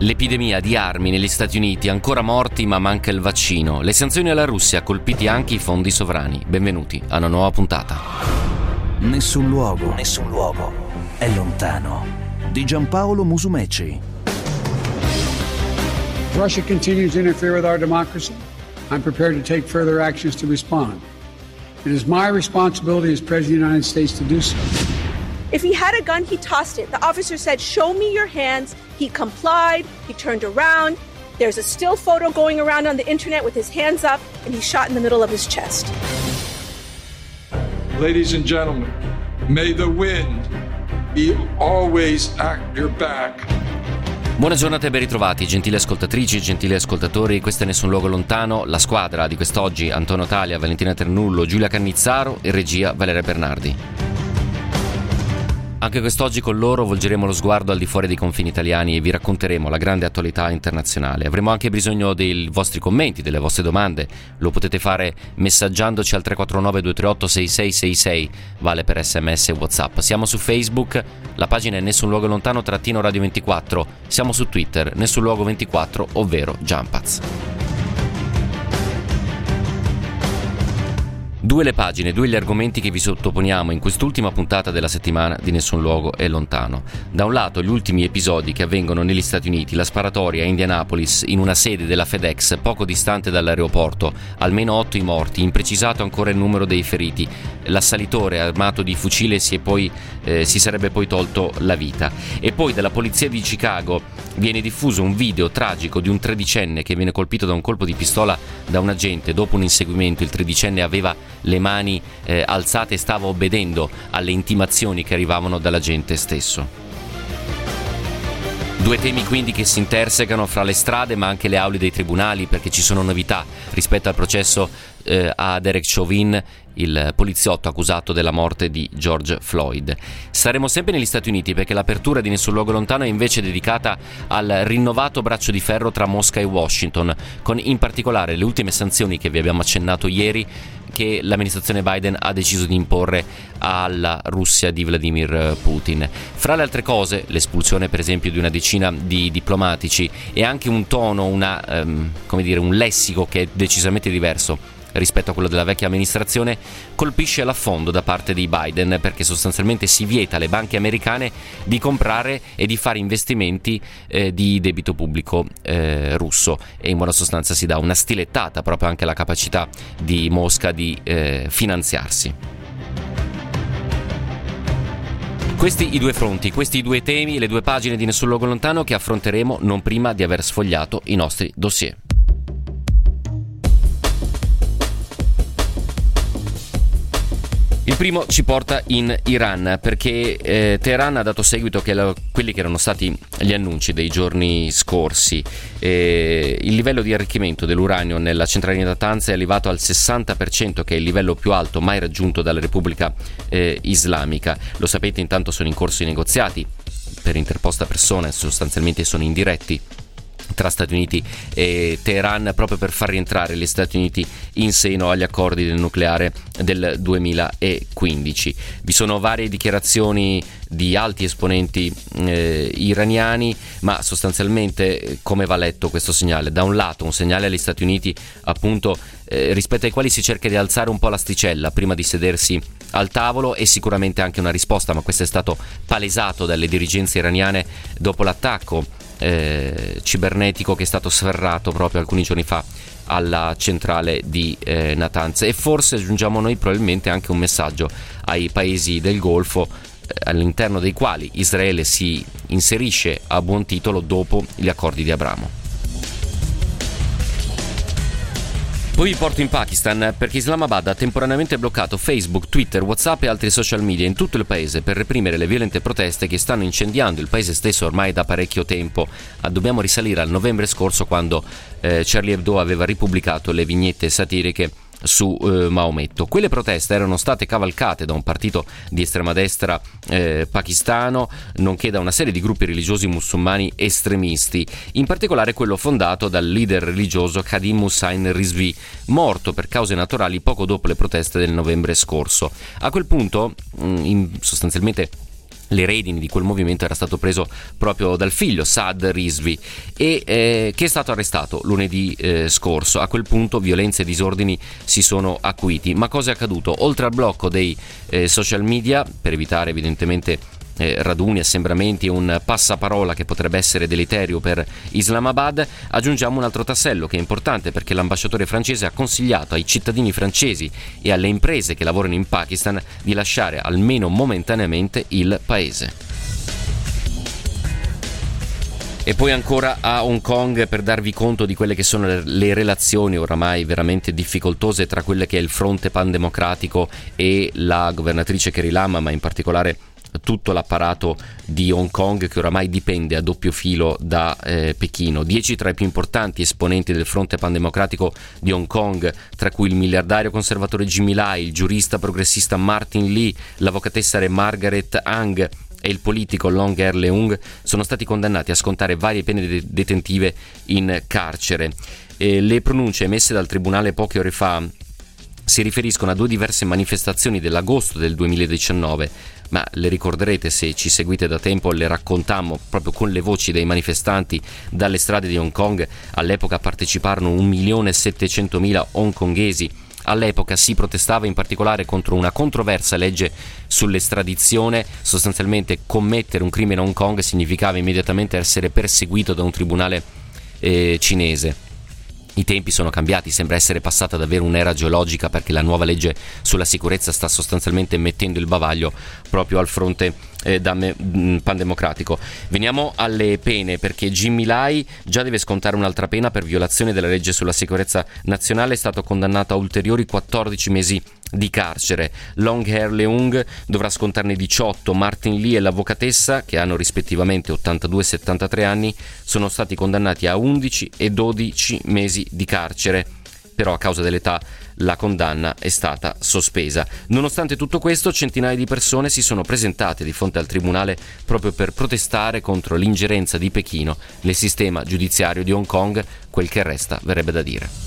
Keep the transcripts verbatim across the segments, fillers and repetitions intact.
L'epidemia di armi negli Stati Uniti, ancora morti ma manca il vaccino. Le sanzioni alla Russia, colpiti anche i fondi sovrani. Benvenuti a una nuova puntata. Nessun luogo, nessun luogo è lontano. Di Giampaolo Musumeci. Russia continues to interfere with our democracy. I'm prepared to take further actions to respond. It is my responsibility as President of the United States to do so. If he had a gun, he tossed it. The officer said, "Show me your hands." He complied. He turned around. There's a still photo going around on the internet with his hands up, and he's shot in the middle of his chest. Ladies and gentlemen, may the wind be always at your back. Buona giornata e ben ritrovati, gentili ascoltatrici, gentili ascoltatori. Questo è Nessun Luogo Lontano, la squadra di quest'oggi: Antonio Talia, Valentina Ternullo, Giulia Cannizzaro e regia Valeria Bernardi. Anche quest'oggi con loro volgeremo lo sguardo al di fuori dei confini italiani e vi racconteremo la grande attualità internazionale. Avremo anche bisogno dei vostri commenti, delle vostre domande. Lo potete fare messaggiandoci al tre quattro nove due tre otto sei sei sei sei, vale per sms e WhatsApp. Siamo su Facebook, la pagina è Nessun Luogo Lontano trattino Radio ventiquattro. Siamo su Twitter, Nessun Luogo ventiquattro, ovvero Jumpaz. Due le pagine, due gli argomenti che vi sottoponiamo in quest'ultima puntata della settimana di Nessun Luogo è Lontano. Da un lato gli ultimi episodi che avvengono negli Stati Uniti, la sparatoria a Indianapolis in una sede della FedEx poco distante dall'aeroporto, almeno otto i morti, imprecisato ancora il numero dei feriti. L'assalitore armato di fucile si, è poi, eh, si sarebbe poi tolto la vita. E poi dalla polizia di Chicago viene diffuso un video tragico di un tredicenne che viene colpito da un colpo di pistola da un agente. Dopo un inseguimento il tredicenne aveva le mani eh, alzate e stava obbedendo alle intimazioni che arrivavano dall'agente stesso. Due temi quindi che si intersecano fra le strade ma anche le aule dei tribunali, perché ci sono novità rispetto al processo eh, a Derek Chauvin, il poliziotto accusato della morte di George Floyd. Saremo sempre negli Stati Uniti perché l'apertura di Nessun Luogo Lontano è invece dedicata al rinnovato braccio di ferro tra Mosca e Washington, con in particolare le ultime sanzioni che vi abbiamo accennato ieri, che l'amministrazione Biden ha deciso di imporre alla Russia di Vladimir Putin. Fra le altre cose, l'espulsione per esempio di una decina di diplomatici e anche un tono, una, um, come dire, un lessico che è decisamente diverso rispetto a quello della vecchia amministrazione, colpisce l'affondo da parte di Biden, perché sostanzialmente si vieta alle banche americane di comprare e di fare investimenti eh, di debito pubblico eh, russo, e in buona sostanza si dà una stilettata proprio anche alla capacità di Mosca di eh, finanziarsi. Questi i due fronti, questi i due temi, le due pagine di Nessun Luogo Lontano che affronteremo non prima di aver sfogliato i nostri dossier. Il primo ci porta in Iran, perché eh, Teheran ha dato seguito a quelli che erano stati gli annunci dei giorni scorsi. Eh, il livello di arricchimento dell'uranio nella centrale di Natanz è arrivato al sessanta per cento, che è il livello più alto mai raggiunto dalla Repubblica eh, Islamica. Lo sapete, intanto sono in corso i negoziati per interposta persona, sostanzialmente sono indiretti, tra Stati Uniti e Teheran, proprio per far rientrare gli Stati Uniti in seno agli accordi del nucleare del duemilaquindici. Vi sono varie dichiarazioni di alti esponenti eh, iraniani, ma sostanzialmente come va letto questo segnale? Da un lato un segnale agli Stati Uniti, appunto, eh, rispetto ai quali si cerca di alzare un po' l'asticella prima di sedersi al tavolo, e sicuramente anche una risposta, ma questo è stato palesato dalle dirigenze iraniane dopo l'attacco Eh, cibernetico che è stato sferrato proprio alcuni giorni fa alla centrale di eh, Natanz. E forse aggiungiamo noi probabilmente anche un messaggio ai paesi del Golfo, eh, all'interno dei quali Israele si inserisce a buon titolo dopo gli accordi di Abramo. Poi vi porto in Pakistan, perché Islamabad ha temporaneamente bloccato Facebook, Twitter, WhatsApp e altri social media in tutto il paese per reprimere le violente proteste che stanno incendiando il paese stesso ormai da parecchio tempo. Dobbiamo risalire al novembre scorso, quando eh, Charlie Hebdo aveva ripubblicato le vignette satiriche su eh, Maometto. Quelle proteste erano state cavalcate da un partito di estrema destra eh, pakistano, nonché da una serie di gruppi religiosi musulmani estremisti, in particolare quello fondato dal leader religioso Khadim Hussain Rizvi, morto per cause naturali poco dopo le proteste del novembre scorso. A quel punto, in, sostanzialmente le redini di quel movimento era stato preso proprio dal figlio Saad Rizvi e eh, che è stato arrestato lunedì eh, scorso. A quel punto violenze e disordini si sono acuiti. Ma cosa è accaduto? Oltre al blocco dei eh, social media, per evitare evidentemente eh, raduni, assembramenti e un passaparola che potrebbe essere deleterio per Islamabad, aggiungiamo un altro tassello che è importante, perché l'ambasciatore francese ha consigliato ai cittadini francesi e alle imprese che lavorano in Pakistan di lasciare almeno momentaneamente il paese. E poi ancora a Hong Kong, per darvi conto di quelle che sono le relazioni oramai veramente difficoltose tra quelle che è il fronte pandemocratico e la governatrice Carrie Lam, ma in particolare tutto l'apparato di Hong Kong, che oramai dipende a doppio filo da eh, Pechino. Dieci tra i più importanti esponenti del fronte pandemocratico di Hong Kong, tra cui il miliardario conservatore Jimmy Lai, il giurista progressista Martin Lee, l'avvocatessa Margaret Ang e il politico Long Hair Leung, sono stati condannati a scontare varie pene detentive in carcere. E le pronunce emesse dal tribunale poche ore fa si riferiscono a due diverse manifestazioni dell'agosto del duemiladiciannove, ma le ricorderete se ci seguite da tempo, le raccontammo proprio con le voci dei manifestanti dalle strade di Hong Kong. All'epoca parteciparono un milione e settecentomila hongkonghesi. All'epoca si protestava in particolare contro una controversa legge sull'estradizione. Sostanzialmente commettere un crimine a Hong Kong significava immediatamente essere perseguito da un tribunale eh, cinese. I tempi sono cambiati, sembra essere passata davvero un'era geologica, perché la nuova legge sulla sicurezza sta sostanzialmente mettendo il bavaglio proprio al fronte eh, da me, mh, pandemocratico. Veniamo alle pene, perché Jimmy Lai già deve scontare un'altra pena per violazione della legge sulla sicurezza nazionale, è stato condannato a ulteriori quattordici mesi di carcere. Long Hair Leung dovrà scontarne diciotto. Martin Lee e l'avvocatessa, che hanno rispettivamente ottantadue e settantatré anni, sono stati condannati a undici e dodici mesi di carcere, però a causa dell'età la condanna è stata sospesa. Nonostante tutto questo, centinaia di persone si sono presentate di fronte al tribunale proprio per protestare contro l'ingerenza di Pechino nel sistema giudiziario di Hong Kong, quel che resta verrebbe da dire.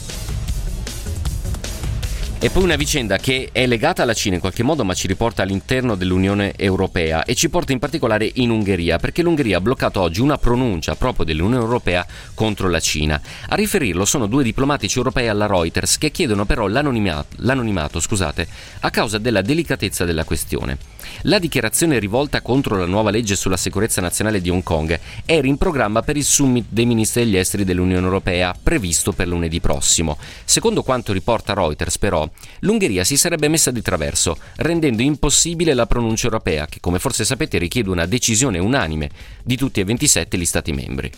E poi una vicenda che è legata alla Cina in qualche modo, ma ci riporta all'interno dell'Unione Europea e ci porta in particolare in Ungheria, perché l'Ungheria ha bloccato oggi una pronuncia proprio dell'Unione Europea contro la Cina. A riferirlo sono due diplomatici europei alla Reuters, che chiedono però l'anonimato, l'anonimato scusate, a causa della delicatezza della questione. La dichiarazione rivolta contro la nuova legge sulla sicurezza nazionale di Hong Kong era in programma per il summit dei ministri degli esteri dell'Unione Europea previsto per lunedì prossimo. Secondo quanto riporta Reuters, però, l'Ungheria si sarebbe messa di traverso, rendendo impossibile la pronuncia europea, che, come forse sapete, richiede una decisione unanime di tutti e ventisette gli Stati membri.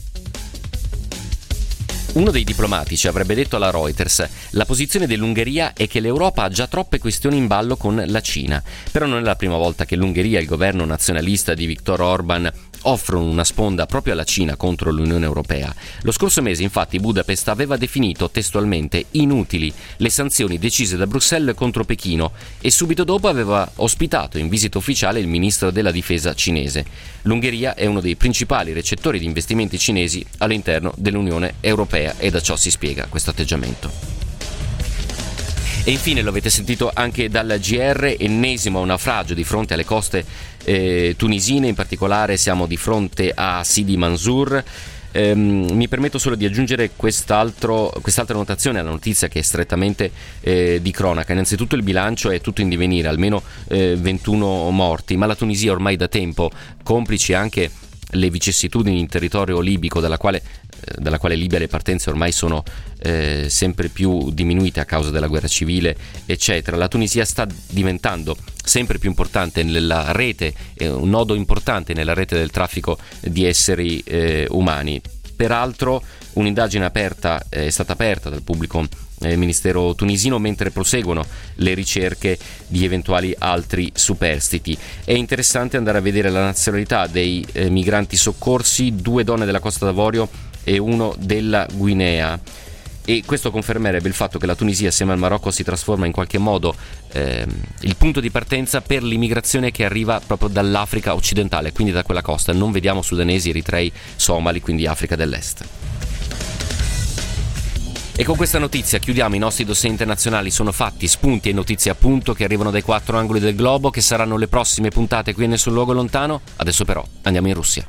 Uno dei diplomatici avrebbe detto alla Reuters: la posizione dell'Ungheria è che l'Europa ha già troppe questioni in ballo con la Cina. Però non è la prima volta che l'Ungheria e il governo nazionalista di Viktor Orban offrono una sponda proprio alla Cina contro l'Unione Europea. Lo scorso mese, infatti, Budapest aveva definito testualmente inutili le sanzioni decise da Bruxelles contro Pechino e subito dopo aveva ospitato in visita ufficiale il ministro della difesa cinese. L'Ungheria è uno dei principali recettori di investimenti cinesi all'interno dell'Unione Europea e da ciò si spiega questo atteggiamento. E infine, lo avete sentito anche dal G R, ennesimo naufragio di fronte alle coste eh, tunisine, in particolare siamo di fronte a Sidi Mansour. Eh, mi permetto solo di aggiungere quest'altro, quest'altra notazione alla notizia, che è strettamente eh, di cronaca. Innanzitutto il bilancio è tutto in divenire, almeno eh, ventuno morti, ma la Tunisia ormai da tempo, complici anche le vicissitudini in territorio libico, dalla quale, eh, dalla quale Libia le partenze ormai sono eh, sempre più diminuite a causa della guerra civile, eccetera. La Tunisia sta diventando sempre più importante nella rete, eh, un nodo importante nella rete del traffico di esseri eh, umani. Peraltro un'indagine aperta eh, è stata aperta dal pubblico eh, ministero tunisino, mentre proseguono le ricerche di eventuali altri superstiti. È interessante andare a vedere la nazionalità dei eh, migranti soccorsi: due donne della Costa d'Avorio e uno della Guinea. E questo confermerebbe il fatto che la Tunisia, assieme al Marocco, si trasforma in qualche modo eh, il punto di partenza per l'immigrazione che arriva proprio dall'Africa occidentale, quindi da quella costa. Non vediamo sudanesi, eritrei, somali, quindi Africa dell'Est. E con questa notizia chiudiamo i nostri dossier internazionali. Sono fatti, spunti e notizie appunto che arrivano dai quattro angoli del globo, che saranno le prossime puntate qui Nessun Luogo Lontano. Adesso però andiamo in Russia.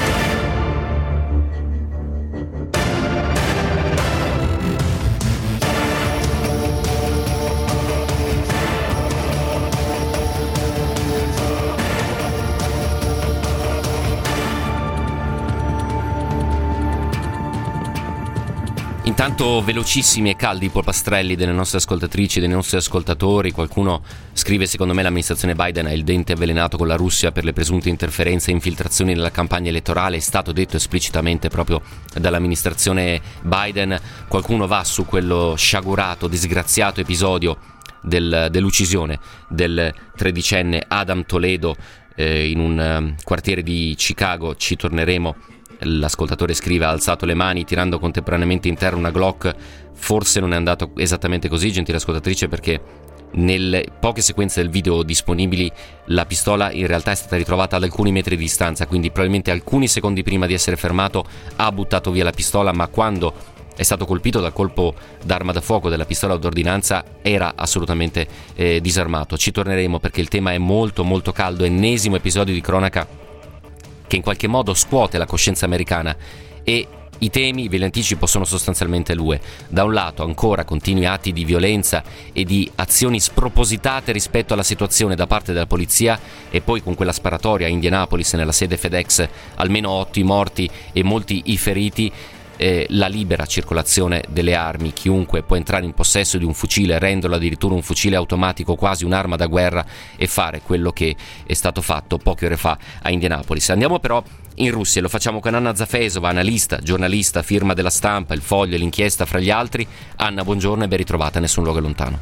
Intanto velocissimi e caldi i polpastrelli delle nostre ascoltatrici, dei nostri ascoltatori. Qualcuno scrive: secondo me l'amministrazione Biden ha il dente avvelenato con la Russia per le presunte interferenze e infiltrazioni nella campagna elettorale. È stato detto esplicitamente proprio dall'amministrazione Biden. Qualcuno va su quello sciagurato, disgraziato episodio del, dell'uccisione del tredicenne Adam Toledo eh, in un um, quartiere di Chicago. Ci torneremo. L'ascoltatore scrive: ha alzato le mani tirando contemporaneamente in terra una Glock. Forse non è andato esattamente così, gentile ascoltatrice, perché nelle poche sequenze del video disponibili la pistola in realtà è stata ritrovata ad alcuni metri di distanza, quindi probabilmente alcuni secondi prima di essere fermato ha buttato via la pistola, ma quando è stato colpito dal colpo d'arma da fuoco della pistola d'ordinanza era assolutamente eh, disarmato. Ci torneremo perché il tema è molto molto caldo, ennesimo episodio di cronaca che in qualche modo scuote la coscienza americana, e i temi, ve li anticipo, sono sostanzialmente due. Da un lato ancora continui atti di violenza e di azioni spropositate rispetto alla situazione da parte della polizia, e poi con quella sparatoria a Indianapolis nella sede FedEx, almeno otto i morti e molti i feriti. Eh, la libera circolazione delle armi, chiunque può entrare in possesso di un fucile, renderlo addirittura un fucile automatico, quasi un'arma da guerra, e fare quello che è stato fatto poche ore fa a Indianapolis. Andiamo però in Russia, lo facciamo con Anna Zafesova, analista, giornalista, firma della Stampa, Il Foglio e L'Inchiesta fra gli altri. Anna, buongiorno e ben ritrovata a Nessun Luogo Lontano.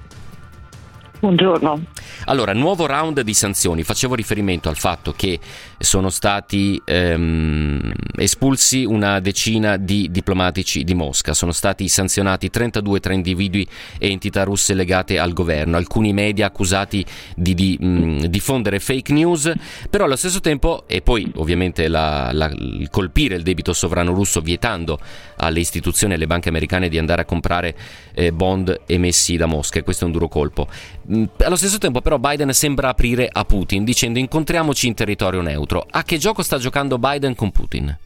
Buongiorno. Allora, nuovo round di sanzioni. Facevo riferimento al fatto che sono stati ehm, espulsi una decina di diplomatici di Mosca, sono stati sanzionati trentadue tra individui e entità russe legate al governo, alcuni media accusati di, di mh, diffondere fake news, però allo stesso tempo, e poi ovviamente la, la, il colpire il debito sovrano russo vietando alle istituzioni e alle banche americane di andare a comprare eh, bond emessi da Mosca, e questo è un duro colpo. Allo stesso tempo però Biden sembra aprire a Putin dicendo: incontriamoci in territorio neutro. A che gioco sta giocando Biden con Putin?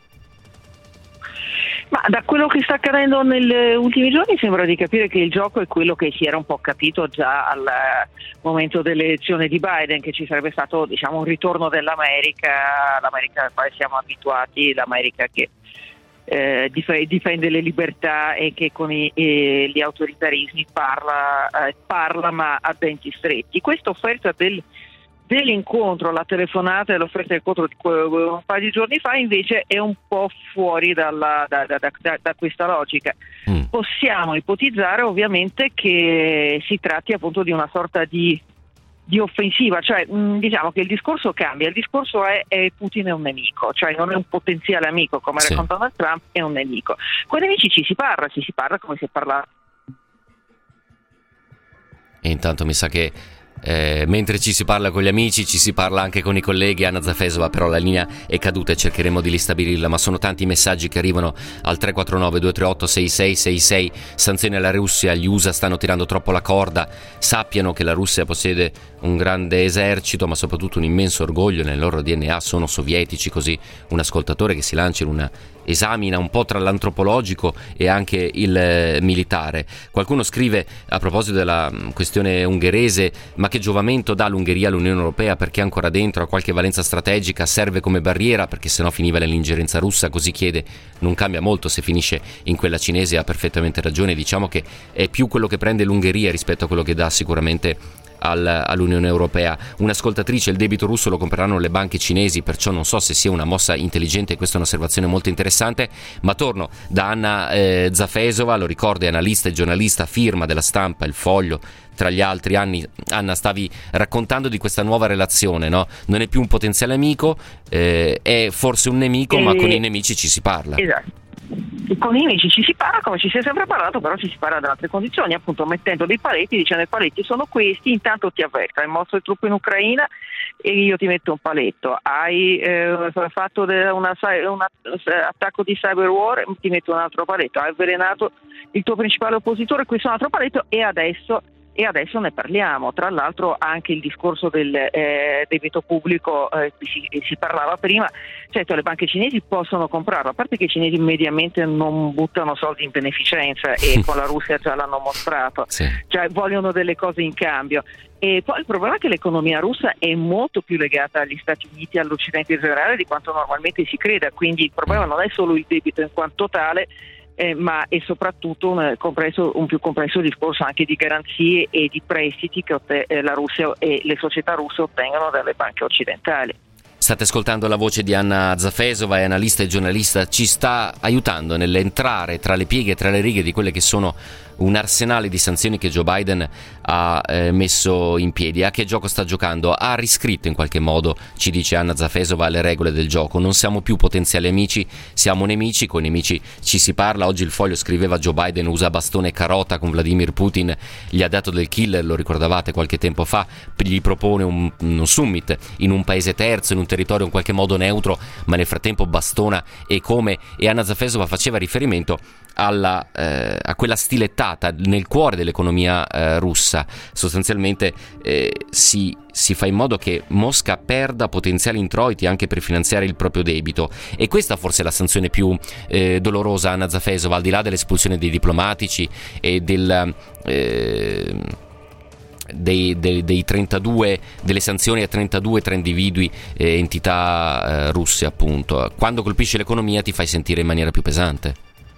Ma da quello che sta accadendo negli ultimi giorni sembra di capire che il gioco è quello che si era un po' capito già al momento dell'elezione di Biden, che ci sarebbe stato, diciamo, un ritorno dell'America, l'America alla quale siamo abituati, l'America che Eh, difende le libertà e che con i, eh, gli autoritarismi parla, eh, parla ma a denti stretti. Questa offerta del, dell'incontro, la telefonata e l'offerta dell'incontro di un paio di giorni fa invece è un po' fuori dalla, da, da, da, da questa logica. Mm. Possiamo ipotizzare ovviamente che si tratti appunto di una sorta di di offensiva, cioè mh, diciamo che il discorso cambia, il discorso è, è Putin è un nemico, cioè non è un potenziale amico come sì. racconta Donald Trump, è un nemico. Con i nemici ci si parla, ci si parla come si è parlato. E intanto mi sa che Eh, mentre ci si parla con gli amici ci si parla anche con i colleghi. Anna Zafesova, però la linea è caduta e cercheremo di ristabilirla, ma sono tanti i messaggi che arrivano al tre quattro nove due tre otto sei sei sei sei. Sanzioni alla Russia, gli U S A stanno tirando troppo la corda, sappiano che la Russia possiede un grande esercito ma soprattutto un immenso orgoglio nel loro D N A, sono sovietici. Così un ascoltatore che si lancia in una esamina un po' tra l'antropologico e anche il eh, militare. Qualcuno scrive a proposito della mh, questione ungherese: ma che giovamento dà l'Ungheria all'Unione Europea, perché è ancora dentro, ha qualche valenza strategica, serve come barriera perché sennò finiva nell'ingerenza russa. Così chiede: non cambia molto se finisce in quella cinese. Ha perfettamente ragione, diciamo che è più quello che prende l'Ungheria rispetto a quello che dà sicuramente all'Unione Europea. Un'ascoltatrice: il debito russo lo compreranno le banche cinesi, perciò non so se sia una mossa intelligente. Questa è un'osservazione molto interessante, ma torno da Anna eh, Zafesova, lo ricordo, è analista e giornalista, firma della Stampa, Il Foglio tra gli altri. Anni, Anna, stavi raccontando di questa nuova relazione, no? Non è più un potenziale amico, eh, è forse un nemico, e... ma con i nemici ci si parla. Esatto. Con i nemici ci si parla come ci si è sempre parlato, però ci si parla da altre condizioni, appunto mettendo dei paletti, dicendo: i paletti sono questi, intanto ti avverto, hai mosso le truppe in Ucraina, e io ti metto un paletto, hai eh, fatto un attacco di cyber war, ti metto un altro paletto, hai avvelenato il tuo principale oppositore, questo è un altro paletto, e adesso E adesso ne parliamo. Tra l'altro anche il discorso del eh, debito pubblico, eh, si, si parlava prima, certo le banche cinesi possono comprarlo, a parte che i cinesi mediamente non buttano soldi in beneficenza e con la Russia già l'hanno mostrato, sì. Cioè vogliono delle cose in cambio. E poi il problema è che l'economia russa è molto più legata agli Stati Uniti e all'Occidente in generale di quanto normalmente si creda, quindi il problema non è solo il debito in quanto tale, Eh, ma è soprattutto un, complesso, un più complesso discorso anche di garanzie e di prestiti che otte- eh, la Russia e le società russe ottengono dalle banche occidentali. State ascoltando la voce di Anna Zafesova, è analista e giornalista, ci sta aiutando nell'entrare tra le pieghe e tra le righe di quelle che sono un arsenale di sanzioni che Joe Biden ha eh, messo in piedi. A che gioco sta giocando? Ha riscritto in qualche modo, ci dice Anna Zafesova, le regole del gioco. Non siamo più potenziali amici, siamo nemici, con i nemici ci si parla. Oggi il Foglio scriveva: Joe Biden usa bastone e carota con Vladimir Putin, gli ha dato del killer, lo ricordavate qualche tempo fa, gli propone un, un summit in un paese terzo, in un territorio in qualche modo neutro, ma nel frattempo bastona e come. E Anna Zafesova faceva riferimento alla, eh, a quella stilettata nel cuore dell'economia eh, russa. Sostanzialmente eh, si, si fa in modo che Mosca perda potenziali introiti anche per finanziare il proprio debito, e questa forse è la sanzione più eh, dolorosa, Anna Zafesova, al di là dell'espulsione dei diplomatici e del eh, Dei, dei, dei trentadue, delle sanzioni a trentadue tra individui e entità eh, russe, appunto. Quando colpisce l'economia ti fai sentire in maniera più pesante.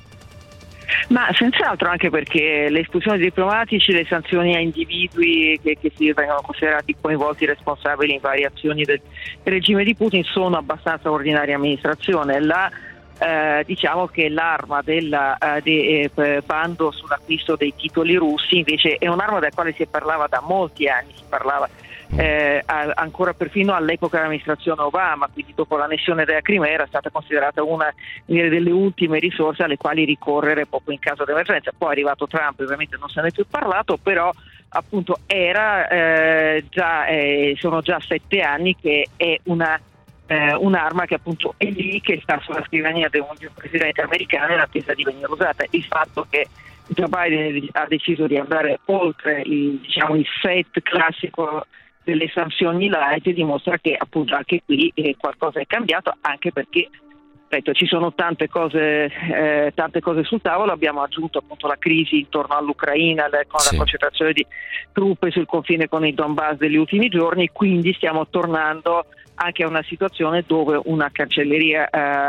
Ma senz'altro, anche perché le espulsioni dei diplomatici, le sanzioni a individui che, che si vengono considerati coinvolti responsabili in varie azioni del regime di Putin sono abbastanza ordinaria amministrazione. La Eh, diciamo che l'arma del eh, de, eh, bando sull'acquisto dei titoli russi invece è un'arma della quale si parlava da molti anni, si parlava eh, a, ancora perfino all'epoca dell'amministrazione Obama, quindi dopo l'annessione della Crimea era stata considerata una delle ultime risorse alle quali ricorrere proprio in caso di emergenza. Poi è arrivato Trump, ovviamente non se ne è più parlato, però appunto era eh, già eh, sono già sette anni che è una Eh, un'arma che appunto è lì, che sta sulla scrivania di un, di un presidente americano in attesa di venire usata. Il fatto che Joe Biden ha deciso di andare oltre il, diciamo, il set classico delle sanzioni light dimostra che appunto anche qui eh, qualcosa è cambiato, anche perché ripeto, ci sono tante cose eh, tante cose sul tavolo. Abbiamo aggiunto appunto la crisi intorno all'Ucraina le, con sì. la concentrazione di truppe sul confine con il Donbass degli ultimi giorni, quindi stiamo tornando anche a una situazione dove una cancelleria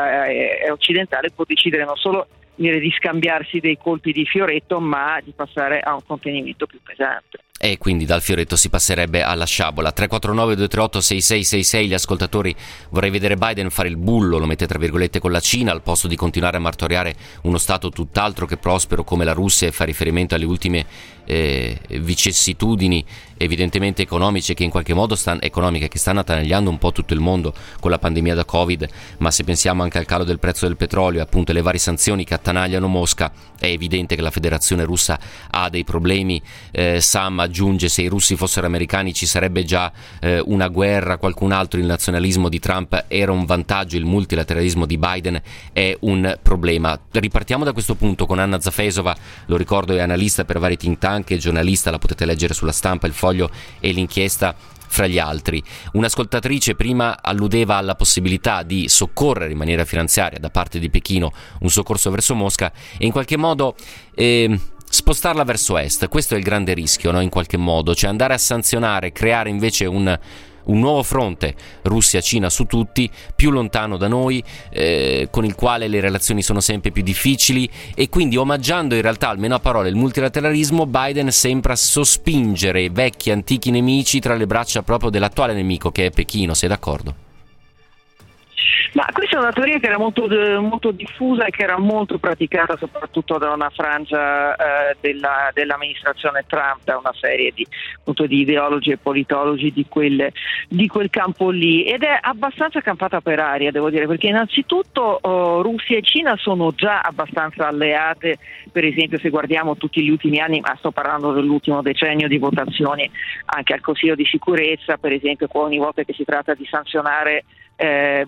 eh, occidentale può decidere non solo dire, di scambiarsi dei colpi di fioretto, ma di passare a un contenimento più pesante. E quindi dal fioretto si passerebbe alla sciabola. Tre quattro nove due tre otto sei sei sei sei. Gli ascoltatori: vorrei vedere Biden fare il bullo, lo mette tra virgolette, con la Cina, al posto di continuare a martoriare uno stato tutt'altro che prospero come la Russia, e fa riferimento alle ultime eh, vicissitudini evidentemente economiche che in qualche modo stanno, economiche che stanno attanagliando un po' tutto il mondo con la pandemia da Covid. Ma se pensiamo anche al calo del prezzo del petrolio e appunto le varie sanzioni che attanagliano Mosca, è evidente che la Federazione Russa ha dei problemi. eh, Sam aggiunge: se i russi fossero americani ci sarebbe già eh, una guerra. Qualcun altro: il nazionalismo di Trump era un vantaggio, il multilateralismo di Biden è un problema. Ripartiamo da questo punto con Anna Zafesova, lo ricordo è analista per vari think tank e giornalista, la potete leggere sulla Stampa, Il Foglio e L'Inchiesta fra gli altri. Un'ascoltatrice prima alludeva alla possibilità di soccorrere in maniera finanziaria da parte di Pechino, un soccorso verso Mosca, e in qualche modo eh, spostarla verso est. Questo è il grande rischio, no? In qualche modo, cioè andare a sanzionare, creare invece un un nuovo fronte Russia-Cina su tutti, più lontano da noi, eh, con il quale le relazioni sono sempre più difficili, e quindi omaggiando in realtà, almeno a parole, il multilateralismo, Biden sembra sospingere i vecchi antichi nemici tra le braccia proprio dell'attuale nemico che è Pechino. Sei d'accordo? Ma questa è una teoria che era molto, molto diffusa e che era molto praticata soprattutto da una frangia eh, della, dell'amministrazione Trump, da una serie di, appunto, di ideologi e politologi di, quelle, di quel campo lì, ed è abbastanza campata per aria, devo dire, perché innanzitutto oh, Russia e Cina sono già abbastanza alleate, per esempio se guardiamo tutti gli ultimi anni, ma sto parlando dell'ultimo decennio di votazioni anche al Consiglio di sicurezza, per esempio ogni volta che si tratta di sanzionare Eh,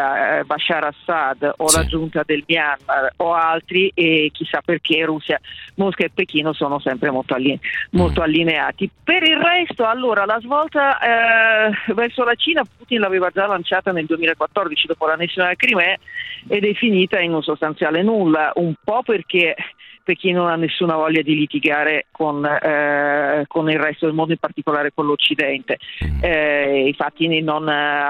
Bashar Assad o sì. la giunta del Myanmar o altri, e chissà perché Russia, Mosca e Pechino sono sempre molto, alline- molto mm. allineati. Per il resto, allora, la svolta eh, verso la Cina Putin l'aveva già lanciata nel duemilaquattordici dopo l'annessione della Crimea ed è finita in un sostanziale nulla, un po' perché Pechino non ha nessuna voglia di litigare con, eh, con il resto del mondo, in particolare con l'Occidente. Eh, infatti non ha,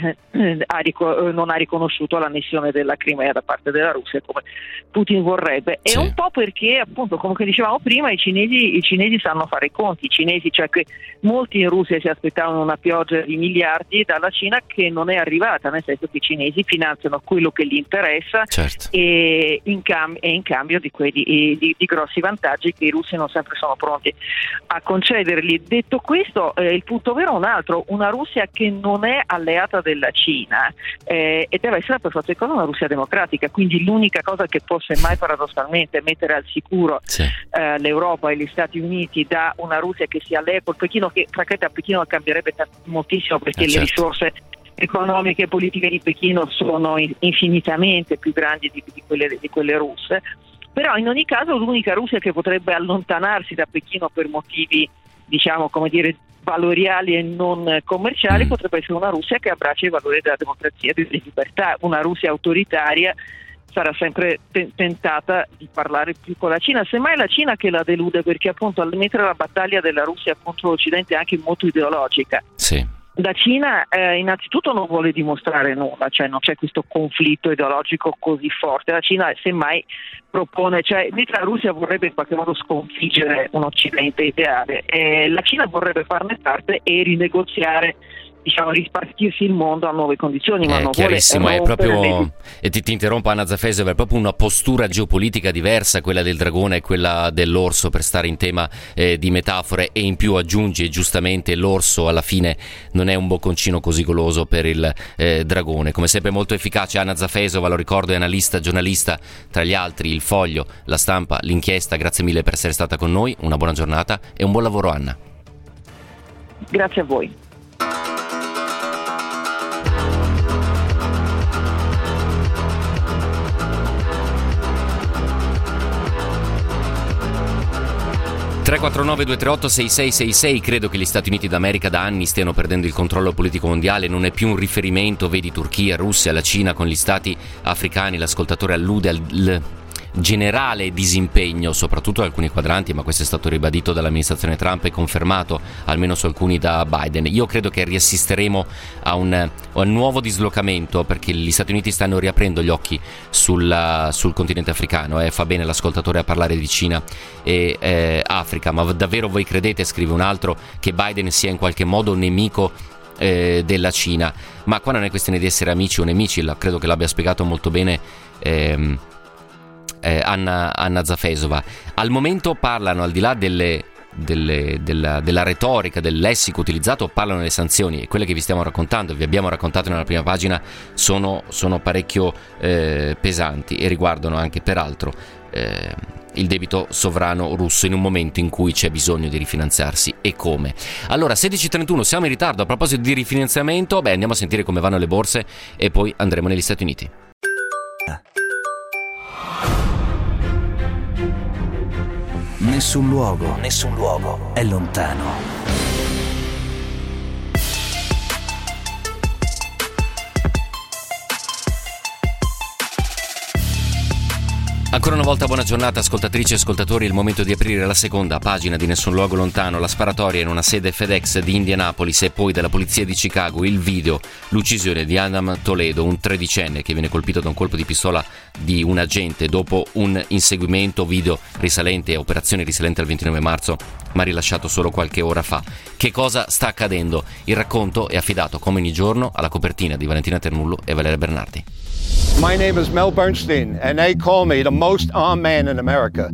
ha, non ha riconosciuto l'annessione della Crimea da parte della Russia come Putin vorrebbe, e sì. un po' perché, appunto, come dicevamo prima, i cinesi, i cinesi sanno fare i conti, i cinesi, cioè che molti in Russia si aspettavano una pioggia di miliardi dalla Cina che non è arrivata, nel senso che i cinesi finanziano quello che gli interessa, certo. e, in cam- e in cambio di quelli Di, di grossi vantaggi che i russi non sempre sono pronti a concedergli. Detto questo, eh, il punto vero è un altro: una Russia che non è alleata della Cina eh, e deve essere per forza di cosa una Russia democratica, quindi l'unica cosa che può semmai paradossalmente mettere al sicuro sì. eh, l'Europa e gli Stati Uniti da una Russia che si allea col Pechino, che francamente a Pechino cambierebbe t- moltissimo perché eh, certo. le risorse economiche e politiche di Pechino sono infinitamente più grandi di, di, quelle, di quelle russe. Però in ogni caso l'unica Russia che potrebbe allontanarsi da Pechino per motivi, diciamo, come dire, valoriali e non commerciali mm. potrebbe essere una Russia che abbraccia i valori della democrazia e della libertà. Una Russia autoritaria sarà sempre te- tentata di parlare più con la Cina, semmai la Cina che la delude, perché appunto mentre la battaglia della Russia contro l'Occidente è anche molto ideologica. Sì. La Cina eh, innanzitutto non vuole dimostrare nulla, cioè non c'è questo conflitto ideologico così forte. La Cina semmai propone, cioè mentre la Russia vorrebbe in qualche modo sconfiggere un Occidente ideale, eh, la Cina vorrebbe farne parte e rinegoziare, diciamo, rispartirsi il mondo a nuove condizioni, ma è non chiarissimo, vuole è proprio le... e ti, ti interrompo Anna Zafesova, è proprio una postura geopolitica diversa quella del dragone e quella dell'orso, per stare in tema eh, di metafore, e in più aggiungi giustamente l'orso alla fine non è un bocconcino così goloso per il eh, dragone. Come sempre molto efficace Anna Zafesova, lo ricordo, è analista, giornalista, tra gli altri Il Foglio, La Stampa, L'Inchiesta. Grazie mille per essere stata con noi, una buona giornata e un buon lavoro Anna. Grazie a voi. tre quattro nove due tre otto sei sei sei sei. Credo che gli Stati Uniti d'America da anni stiano perdendo il controllo politico mondiale, non è più un riferimento, vedi Turchia, Russia, la Cina con gli stati africani. L'ascoltatore allude al generale disimpegno, soprattutto da alcuni quadranti, ma questo è stato ribadito dall'amministrazione Trump e confermato almeno su alcuni da Biden. Io credo che riassisteremo a un, a un nuovo dislocamento, perché gli Stati Uniti stanno riaprendo gli occhi sul, sul continente africano. Eh. Fa bene l'ascoltatore a parlare di Cina e eh, Africa, ma davvero voi credete, scrive un altro, che Biden sia in qualche modo nemico eh, della Cina? Ma qua non è questione di essere amici o nemici, credo che l'abbia spiegato molto bene ehm, Eh, Anna, Anna Zafesova. Al momento parlano, al di là delle, delle, della, della retorica, del lessico utilizzato, parlano delle sanzioni, e quelle che vi stiamo raccontando, vi abbiamo raccontato nella prima pagina, sono, sono parecchio eh, pesanti e riguardano anche peraltro eh, il debito sovrano russo in un momento in cui c'è bisogno di rifinanziarsi, e come. Allora, sedici e trentuno, siamo in ritardo. A proposito di rifinanziamento, beh, andiamo a sentire come vanno le borse e poi andremo negli Stati Uniti. Nessun luogo, nessun luogo è lontano. Ancora una volta buona giornata ascoltatrici e ascoltatori, è il momento di aprire la seconda pagina di Nessun Luogo Lontano, la sparatoria in una sede FedEx di Indianapolis e poi della polizia di Chicago, il video, l'uccisione di Adam Toledo, un tredicenne che viene colpito da un colpo di pistola di un agente dopo un inseguimento, video risalente a operazione risalente al ventinove marzo ma rilasciato solo qualche ora fa. Che cosa sta accadendo? Il racconto è affidato come ogni giorno alla copertina di Valentina Ternullo e Valeria Bernardi. My name is Mel Bernstein, and they call me the most armed man in America.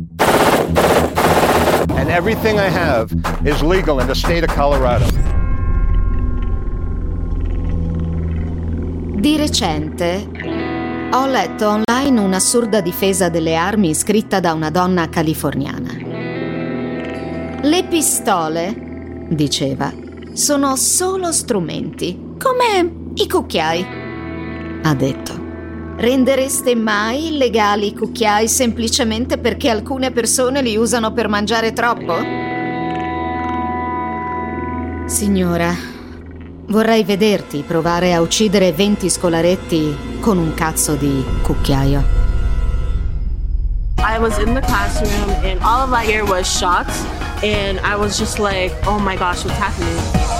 And everything I have is legal in the state of Colorado. Di recente ho letto online un'assurda difesa delle armi scritta da una donna californiana. Le pistole, diceva, sono solo strumenti, come i cucchiai, ha detto. Rendereste mai illegali i cucchiai semplicemente perché alcune persone li usano per mangiare troppo? Signora, vorrei vederti provare a uccidere venti scolaretti con un cazzo di cucchiaio. I was in the classroom and all of I heard was shots and I was just like, oh my gosh, what's happening?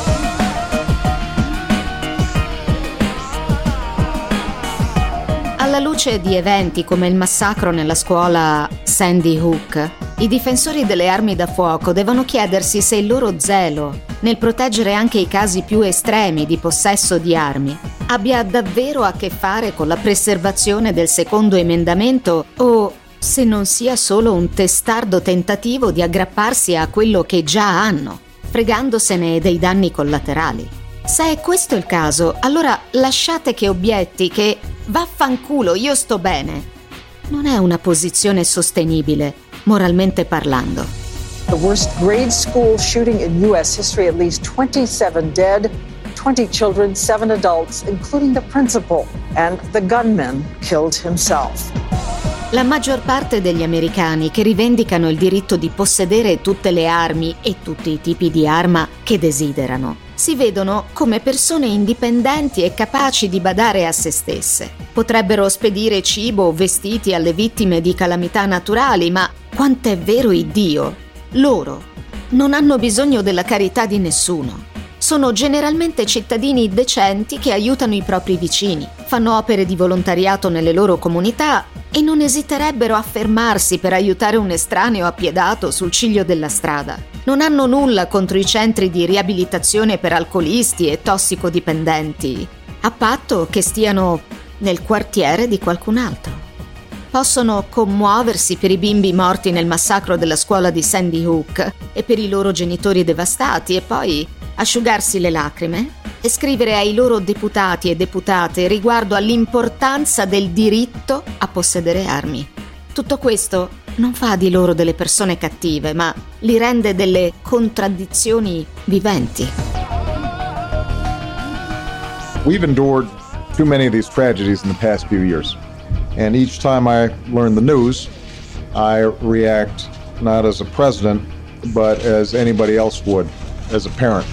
Alla luce di eventi come il massacro nella scuola Sandy Hook, i difensori delle armi da fuoco devono chiedersi se il loro zelo nel proteggere anche i casi più estremi di possesso di armi abbia davvero a che fare con la preservazione del secondo emendamento o se non sia solo un testardo tentativo di aggrapparsi a quello che già hanno, fregandosene dei danni collaterali. Se è questo il caso, allora lasciate che obietti che vaffanculo, io sto bene. Non è una posizione sostenibile, moralmente parlando. The worst grade school shooting in U S history, at least twenty-seven dead, twenty children, seven adults, including the principal, and the gunman killed himself. La maggior parte degli americani che rivendicano il diritto di possedere tutte le armi e tutti i tipi di arma che desiderano si vedono come persone indipendenti e capaci di badare a se stesse. Potrebbero spedire cibo o vestiti alle vittime di calamità naturali, ma quant'è vero Iddio, loro non hanno bisogno della carità di nessuno. Sono generalmente cittadini decenti che aiutano i propri vicini, fanno opere di volontariato nelle loro comunità e non esiterebbero a fermarsi per aiutare un estraneo appiedato sul ciglio della strada. Non hanno nulla contro i centri di riabilitazione per alcolisti e tossicodipendenti, a patto che stiano nel quartiere di qualcun altro. Possono commuoversi per i bimbi morti nel massacro della scuola di Sandy Hook e per i loro genitori devastati e poi asciugarsi le lacrime e scrivere ai loro deputati e deputate riguardo all'importanza del diritto a possedere armi. Tutto questo non fa di loro delle persone cattive, ma li rende delle contraddizioni viventi. We've endured too many of these tragedies in the past few years. And each time I learn the news, I react not as a president, but as anybody else would, as a parent.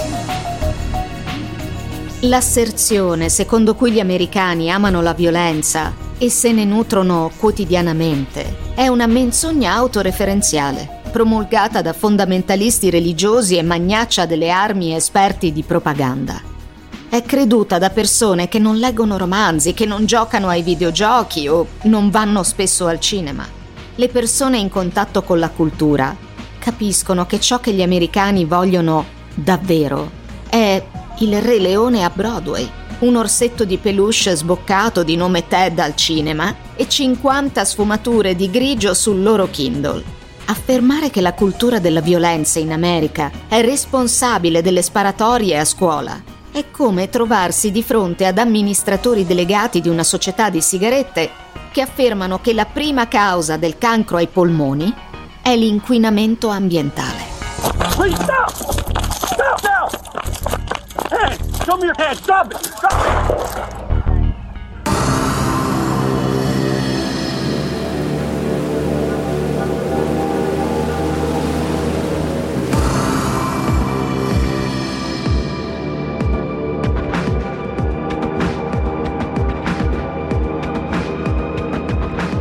L'asserzione secondo cui gli americani amano la violenza e se ne nutrono quotidianamente è una menzogna autoreferenziale, promulgata da fondamentalisti religiosi e magnaccia delle armi esperti di propaganda. È creduta da persone che non leggono romanzi, che non giocano ai videogiochi o non vanno spesso al cinema. Le persone in contatto con la cultura capiscono che ciò che gli americani vogliono davvero è il Re Leone a Broadway, un orsetto di peluche sboccato di nome Ted al cinema e cinquanta sfumature di grigio sul loro Kindle. Affermare che la cultura della violenza in America è responsabile delle sparatorie a scuola è come trovarsi di fronte ad amministratori delegati di una società di sigarette che affermano che la prima causa del cancro ai polmoni è l'inquinamento ambientale. Please stop! Stop now! Hey, show me your hands! Stop it! Stop it!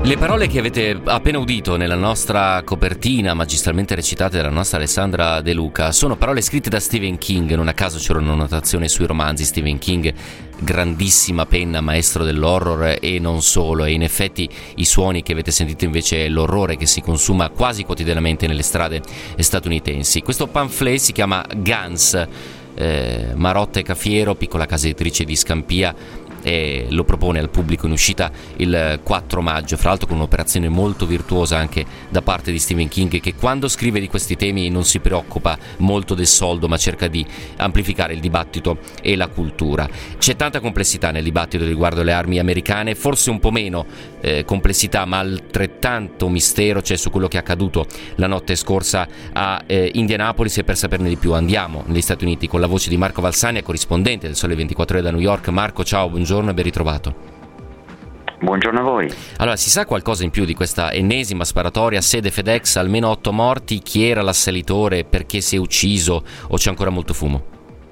Le parole che avete appena udito nella nostra copertina, magistralmente recitate dalla nostra Alessandra De Luca, sono parole scritte da Stephen King. Non a caso c'era una notazione sui romanzi. Stephen King, grandissima penna, maestro dell'horror e non solo, e in effetti i suoni che avete sentito invece è l'orrore che si consuma quasi quotidianamente nelle strade statunitensi. Questo pamphlet si chiama Guns, eh, Marotta e Cafiero, piccola casa editrice di Scampia, e lo propone al pubblico in uscita il quattro maggio, fra l'altro con un'operazione molto virtuosa anche da parte di Stephen King, che quando scrive di questi temi non si preoccupa molto del soldo, ma cerca di amplificare il dibattito e la cultura. C'è tanta complessità nel dibattito riguardo le armi americane, forse un po' meno eh, complessità, ma altrettanto mistero c'è su quello che è accaduto la notte scorsa a eh, Indianapolis, e per saperne di più andiamo negli Stati Uniti con la voce di Marco Valsania, corrispondente del Sole ventiquattro Ore da New York. Marco, ciao, buongiorno e ben ritrovato. Buongiorno a voi. Allora, si sa qualcosa in più di questa ennesima sparatoria, sede FedEx, almeno otto morti, chi era l'assalitore, perché si è ucciso, o c'è ancora molto fumo?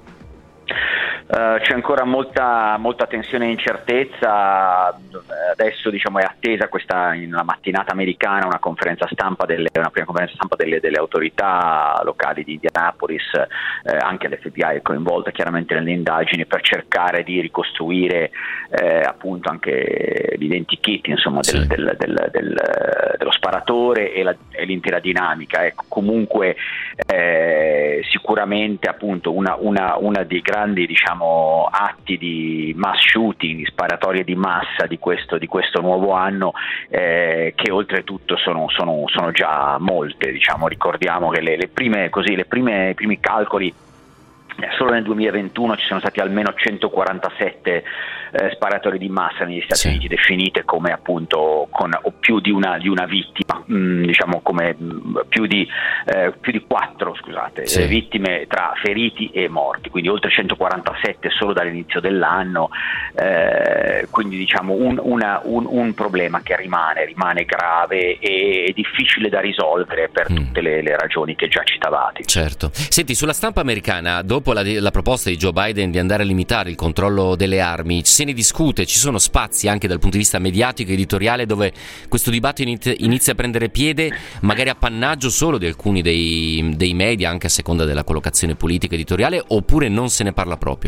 Uh, c'è ancora molta, molta tensione e incertezza. Adesso diciamo è attesa questa, in una mattinata americana, una conferenza stampa delle, una prima conferenza stampa delle, delle autorità locali di Indianapolis, eh, anche l'F B I è coinvolta chiaramente nelle indagini per cercare di ricostruire eh, appunto anche l'identikit, insomma, del, sì. del, del, del, dello sparatore e, la, e l'intera dinamica. Ecco, comunque eh, sicuramente appunto una, una, una dei grandi, diciamo, atti di mass shooting, di sparatorie di massa di questo, di questo nuovo anno, eh, che oltretutto sono, sono, sono già molte, diciamo. Ricordiamo che le, le prime, così, le prime, i primi calcoli, solo nel duemilaventuno ci sono stati almeno centoquarantasette eh, sparatori di massa negli Stati sì. Uniti, definite come appunto con o più di una, di una vittima, mh, diciamo come mh, più di eh, più di quattro scusate sì. eh, vittime tra feriti e morti, quindi oltre centoquarantasette solo dall'inizio dell'anno, eh, quindi diciamo un, una, un, un problema che rimane, rimane grave e difficile da risolvere per mm. tutte le, le ragioni che già citavate. Certo. Senti, sulla stampa americana, dopo la, la proposta di Joe Biden di andare a limitare il controllo delle armi, se ne discute, ci sono spazi anche dal punto di vista mediatico e editoriale dove questo dibattito inizia a prendere piede, magari appannaggio solo di alcuni dei, dei media, anche a seconda della collocazione politica editoriale, oppure non se ne parla proprio?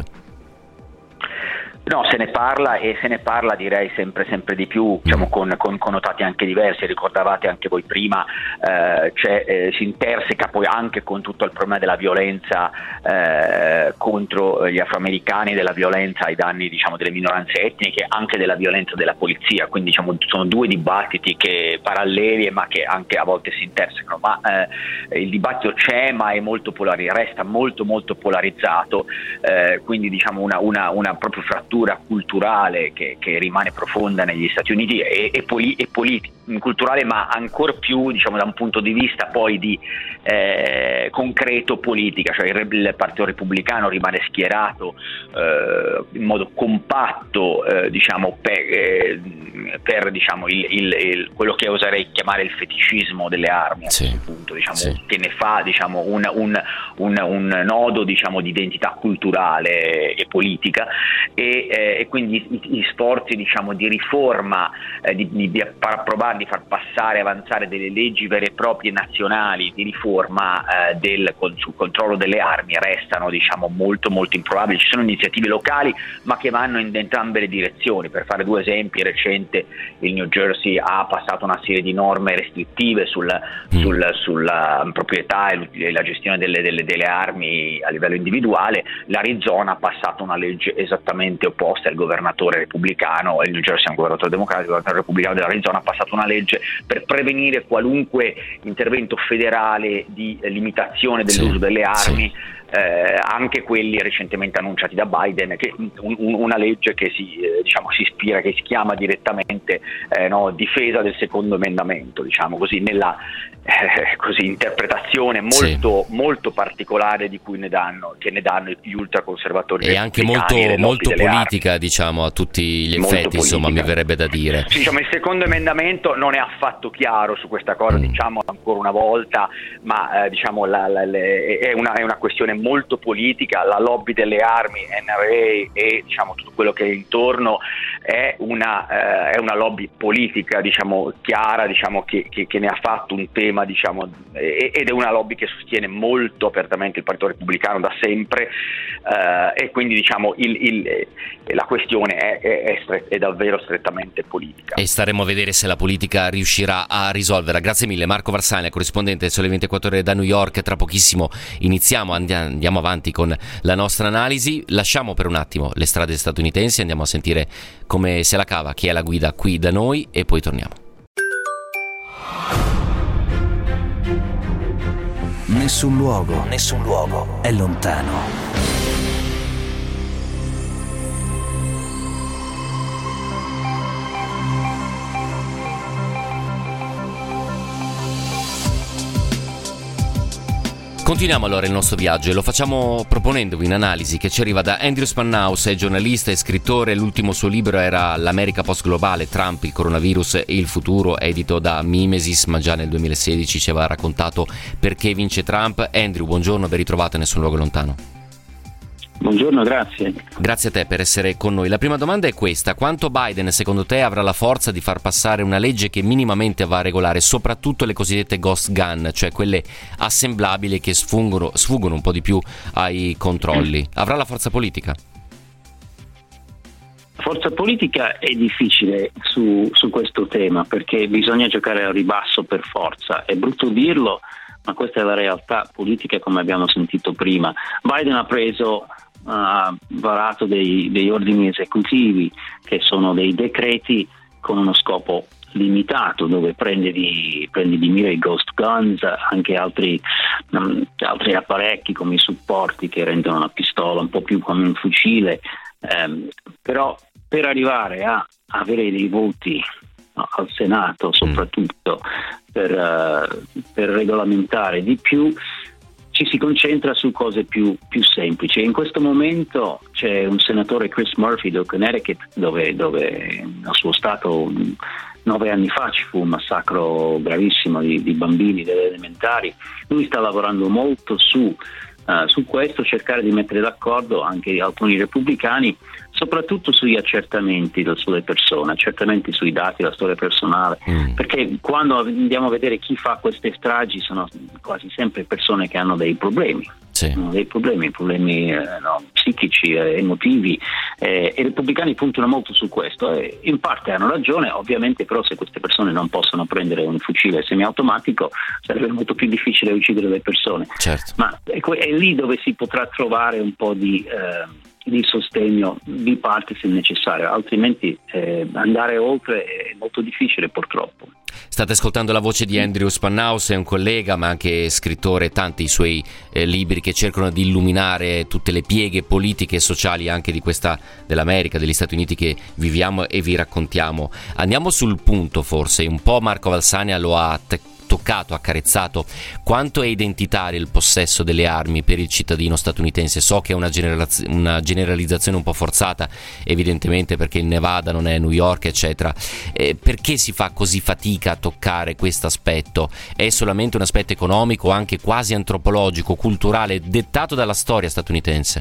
No, se ne parla, e se ne parla direi sempre sempre di più, diciamo, con, con connotati anche diversi. Ricordavate anche voi prima, eh, cioè, eh, si interseca poi anche con tutto il problema della violenza eh, contro gli afroamericani, della violenza ai danni, diciamo, delle minoranze etniche, anche della violenza della polizia, quindi diciamo sono due dibattiti che paralleli ma che anche a volte si intersecano, ma eh, il dibattito c'è, ma è molto polarizzato, resta molto molto polarizzato, eh, quindi diciamo una, una, una proprio frattura culturale che, che rimane profonda negli Stati Uniti e, e, poli, e politi- culturale, ma ancora più, diciamo, da un punto di vista poi di eh, concreto politica, cioè il, il Partito Repubblicano rimane schierato eh, in modo compatto, eh, diciamo, per, eh, per diciamo, il, il, il, quello che oserei chiamare il feticismo delle armi, a sì. questo punto, diciamo, sì. che ne fa, diciamo, un, un, un, un nodo, diciamo, di identità culturale e politica, e Eh, e quindi i, i sforzi, diciamo, di riforma, eh, di, di, di approvare, di far passare, avanzare delle leggi vere e proprie nazionali di riforma eh, del, sul controllo delle armi restano, diciamo, molto molto improbabili. Ci sono iniziative locali ma che vanno in entrambe le direzioni. Per fare due esempi, recente il New Jersey ha passato una serie di norme restrittive sul, mm. sul, sulla proprietà e la gestione delle, delle, delle armi a livello individuale. L'Arizona ha passato una legge esattamente opposta, il governatore repubblicano, il New Jersey è un governatore democratico, il governatore repubblicano dell'Arizona ha passato una legge per prevenire qualunque intervento federale di limitazione dell'uso sì, delle armi, sì. Eh, anche quelli recentemente annunciati da Biden, che un, un, una legge che si, eh, diciamo, si ispira, che si chiama direttamente eh, no, difesa del secondo emendamento, diciamo così, nella eh, così, interpretazione molto, sì. molto particolare di cui ne danno, che ne danno gli ultraconservatori, e anche molto, molto politica armi. Diciamo a tutti gli effetti, molto insomma politica. Mi verrebbe da dire. Sì, diciamo, il secondo emendamento non è affatto chiaro su questa cosa, mm. diciamo ancora una volta, ma eh, diciamo la, la, le, è, una, è una questione molto politica, la lobby delle armi, N R A e diciamo tutto quello che è intorno è una, eh, è una lobby politica, diciamo chiara, diciamo che, che, che ne ha fatto un tema, diciamo, ed è una lobby che sostiene molto apertamente il Partito Repubblicano da sempre, eh, e quindi diciamo il, il, la questione è, è, è, stre- è davvero strettamente politica. E staremo a vedere se la politica riuscirà a risolverla. Grazie mille Marco Varsania, corrispondente Sole ventiquattro Ore da New York. Tra pochissimo iniziamo, andiamo avanti con la nostra analisi. Lasciamo per un attimo le strade statunitensi, andiamo a sentire come se la cava chi è la guida qui da noi e poi torniamo. Nessun luogo, nessun luogo è lontano. Continuiamo allora il nostro viaggio e lo facciamo proponendovi un'analisi che ci arriva da Andrew Spannaus, è giornalista e scrittore. L'ultimo suo libro era L'America post-globale, Trump, il coronavirus e il futuro, edito da Mimesis, ma già nel duemilasedici ci aveva raccontato perché vince Trump. Andrew, buongiorno, ben ritrovato a Nessun luogo lontano. Buongiorno, grazie. Grazie a te per essere con noi. La prima domanda è questa: quanto Biden secondo te avrà la forza di far passare una legge che minimamente va a regolare soprattutto le cosiddette ghost gun, cioè quelle assemblabili che sfuggono, sfuggono un po' di più ai controlli? Avrà la forza politica? Forza politica è difficile su, su questo tema, perché bisogna giocare al ribasso per forza. È brutto dirlo, ma questa è la realtà politica, come abbiamo sentito prima. Biden ha preso ha varato dei, degli ordini esecutivi che sono dei decreti con uno scopo limitato, dove prende di, prende di mira i ghost guns, anche altri, um, altri apparecchi come i supporti che rendono la pistola un po' più come un fucile, um, però per arrivare a avere dei voti, no, al Senato soprattutto per, uh, per regolamentare di più, ci si concentra su cose più, più semplici. In questo momento c'è un senatore, Chris Murphy del Connecticut, dove, dove nel suo stato nove anni fa ci fu un massacro gravissimo di, di bambini delle elementari. Lui sta lavorando molto su, uh, su questo, cercare di mettere d'accordo anche alcuni repubblicani, soprattutto sugli accertamenti sulle persone, accertamenti sui dati, la storia personale, mm. perché quando andiamo a vedere chi fa queste stragi sono quasi sempre persone che hanno dei problemi, sì. hanno dei problemi, problemi eh, no, psichici, eh, emotivi, eh, e i repubblicani puntano molto su questo, e in parte hanno ragione, ovviamente, però se queste persone non possono prendere un fucile semiautomatico sarebbe molto più difficile uccidere le persone, certo. ma è, è lì dove si potrà trovare un po' di... Eh, di sostegno di parte se necessario, altrimenti eh, andare oltre è molto difficile purtroppo. State ascoltando la voce di Andrew Spannaus, è un collega ma anche scrittore, tanti i suoi eh, libri che cercano di illuminare tutte le pieghe politiche e sociali anche di questa dell'America, degli Stati Uniti che viviamo e vi raccontiamo. Andiamo sul punto, forse un po' Marco Valsania lo ha te- toccato, accarezzato. Quanto è identitario il possesso delle armi per il cittadino statunitense? So che è una, generaliz- una generalizzazione un po' forzata, evidentemente, perché il Nevada non è New York, eccetera. Eh, perché si fa così fatica a toccare questo aspetto? È solamente un aspetto economico, anche quasi antropologico, culturale, dettato dalla storia statunitense?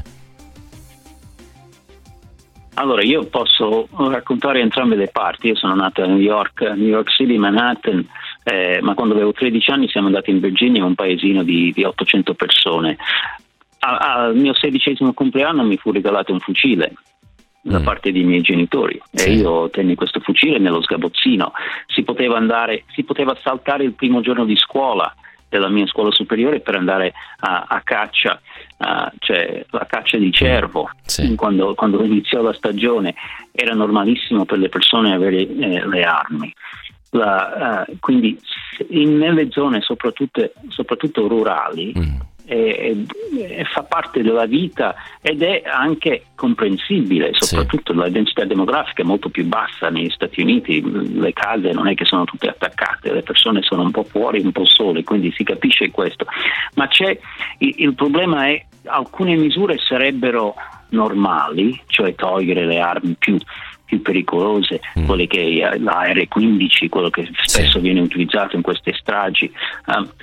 Allora, io posso raccontare entrambe le parti. Io sono nato a New York, New York City, Manhattan, eh, ma quando avevo tredici anni siamo andati in Virginia, un paesino di, di ottocento persone. A, al mio sedicesimo compleanno mi fu regalato un fucile da parte dei miei genitori, sì. E io tenni questo fucile nello sgabuzzino. Si poteva andare, si poteva saltare il primo giorno di scuola della mia scuola superiore per andare a, a caccia, uh, cioè la caccia di cervo, sì. quando, quando iniziò la stagione era normalissimo per le persone avere eh, le armi. La, uh, quindi in, nelle zone soprattutto, soprattutto rurali mm. e, e fa parte della vita ed è anche comprensibile, soprattutto sì. La densità demografica è molto più bassa negli Stati Uniti, le case non è che sono tutte attaccate, le persone sono un po' fuori, un po' sole, quindi si capisce questo, ma c'è il, il problema è alcune misure sarebbero normali, cioè togliere le armi più più pericolose, mm. quelle che la erre quindici, quello che spesso sì. viene utilizzato in queste stragi, um,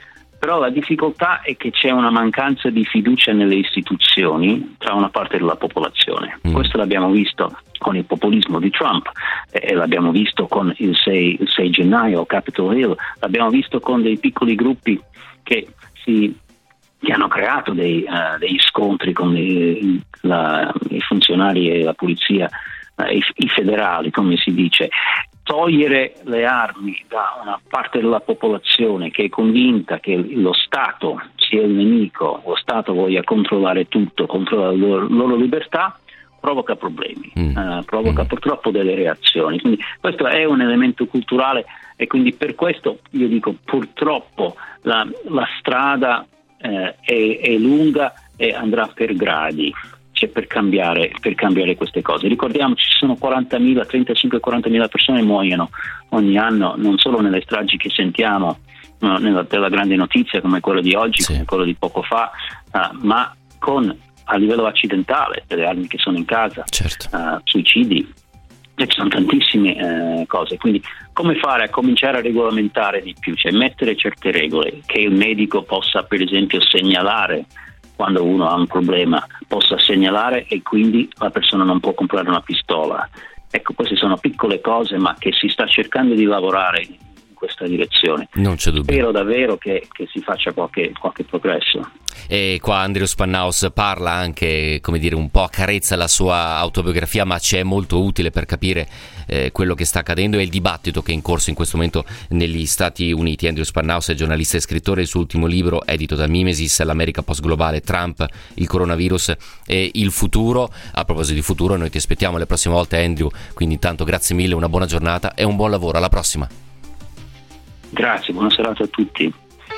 però la difficoltà è che c'è una mancanza di fiducia nelle istituzioni tra una parte della popolazione. Mm. Questo l'abbiamo visto con il populismo di Trump, e l'abbiamo visto con il sei, il sei gennaio, Capitol Hill, l'abbiamo visto con dei piccoli gruppi che si che hanno creato dei, uh, degli scontri con i, la, i funzionari e la polizia, uh, i, i federali, come si dice. Togliere le armi da una parte della popolazione che è convinta che lo Stato sia il nemico, lo Stato voglia controllare tutto, controllare la loro, loro libertà, provoca problemi, mm. uh, provoca mm. purtroppo delle reazioni. Quindi questo è un elemento culturale, e quindi per questo io dico purtroppo la, la strada eh, è, è lunga e andrà per gradi, cioè per cambiare, per cambiare queste cose. Ricordiamoci, ci sono quarantamila, trentacinque quarantamila persone muoiono ogni anno, non solo nelle stragi che sentiamo, no, nella, nella grande notizia come quello di oggi, sì. come quello di poco fa, uh, ma con a livello accidentale, delle armi che sono in casa, certo. uh, suicidi, ci sono tantissime uh, cose. Quindi come fare a cominciare a regolamentare di più, cioè mettere certe regole, che il medico possa per esempio segnalare quando uno ha un problema, possa segnalare e quindi la persona non può comprare una pistola. Ecco, queste sono piccole cose, ma che si sta cercando di lavorare in questa direzione. Non c'è dubbio. Spero davvero che, che si faccia qualche, qualche progresso. E qua Andrew Spannaus parla anche, come dire, un po' accarezza la sua autobiografia, ma ci è molto utile per capire eh, quello che sta accadendo e il dibattito che è in corso in questo momento negli Stati Uniti. Andrew Spannaus è giornalista e scrittore, il suo ultimo libro, edito da Mimesis, l'America post-globale, Trump, il coronavirus e il futuro. A proposito di futuro, noi ti aspettiamo le prossime volte, Andrew, quindi intanto grazie mille, una buona giornata e un buon lavoro, alla prossima. Grazie, buona serata a tutti.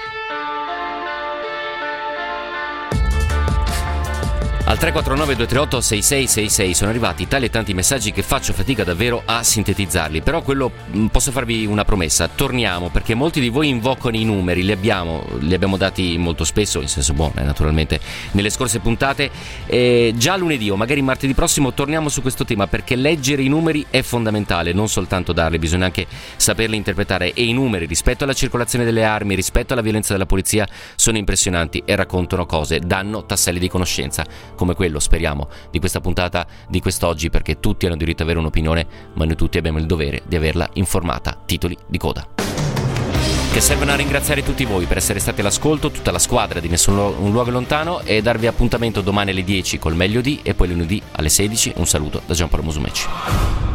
Al tre quattro nove due tre otto sei sei sei sei sono arrivati tali e tanti messaggi che faccio fatica davvero a sintetizzarli, però quello posso farvi una promessa: torniamo, perché molti di voi invocano i numeri, li abbiamo, li abbiamo dati molto spesso, in senso buono eh, naturalmente, nelle scorse puntate. E già lunedì o magari martedì prossimo torniamo su questo tema, perché leggere i numeri è fondamentale, non soltanto darli, bisogna anche saperli interpretare, e i numeri rispetto alla circolazione delle armi, rispetto alla violenza della polizia sono impressionanti e raccontano cose, danno tasselli di conoscenza come quello, speriamo, di questa puntata di quest'oggi, perché tutti hanno diritto ad avere un'opinione, ma noi tutti abbiamo il dovere di averla informata. Titoli di coda che servono a ringraziare tutti voi per essere stati all'ascolto, tutta la squadra di Nessun un luogo lontano, e darvi appuntamento domani alle dieci col meglio di, e poi lunedì alle sedici. Un saluto da Giampaolo Musumeci.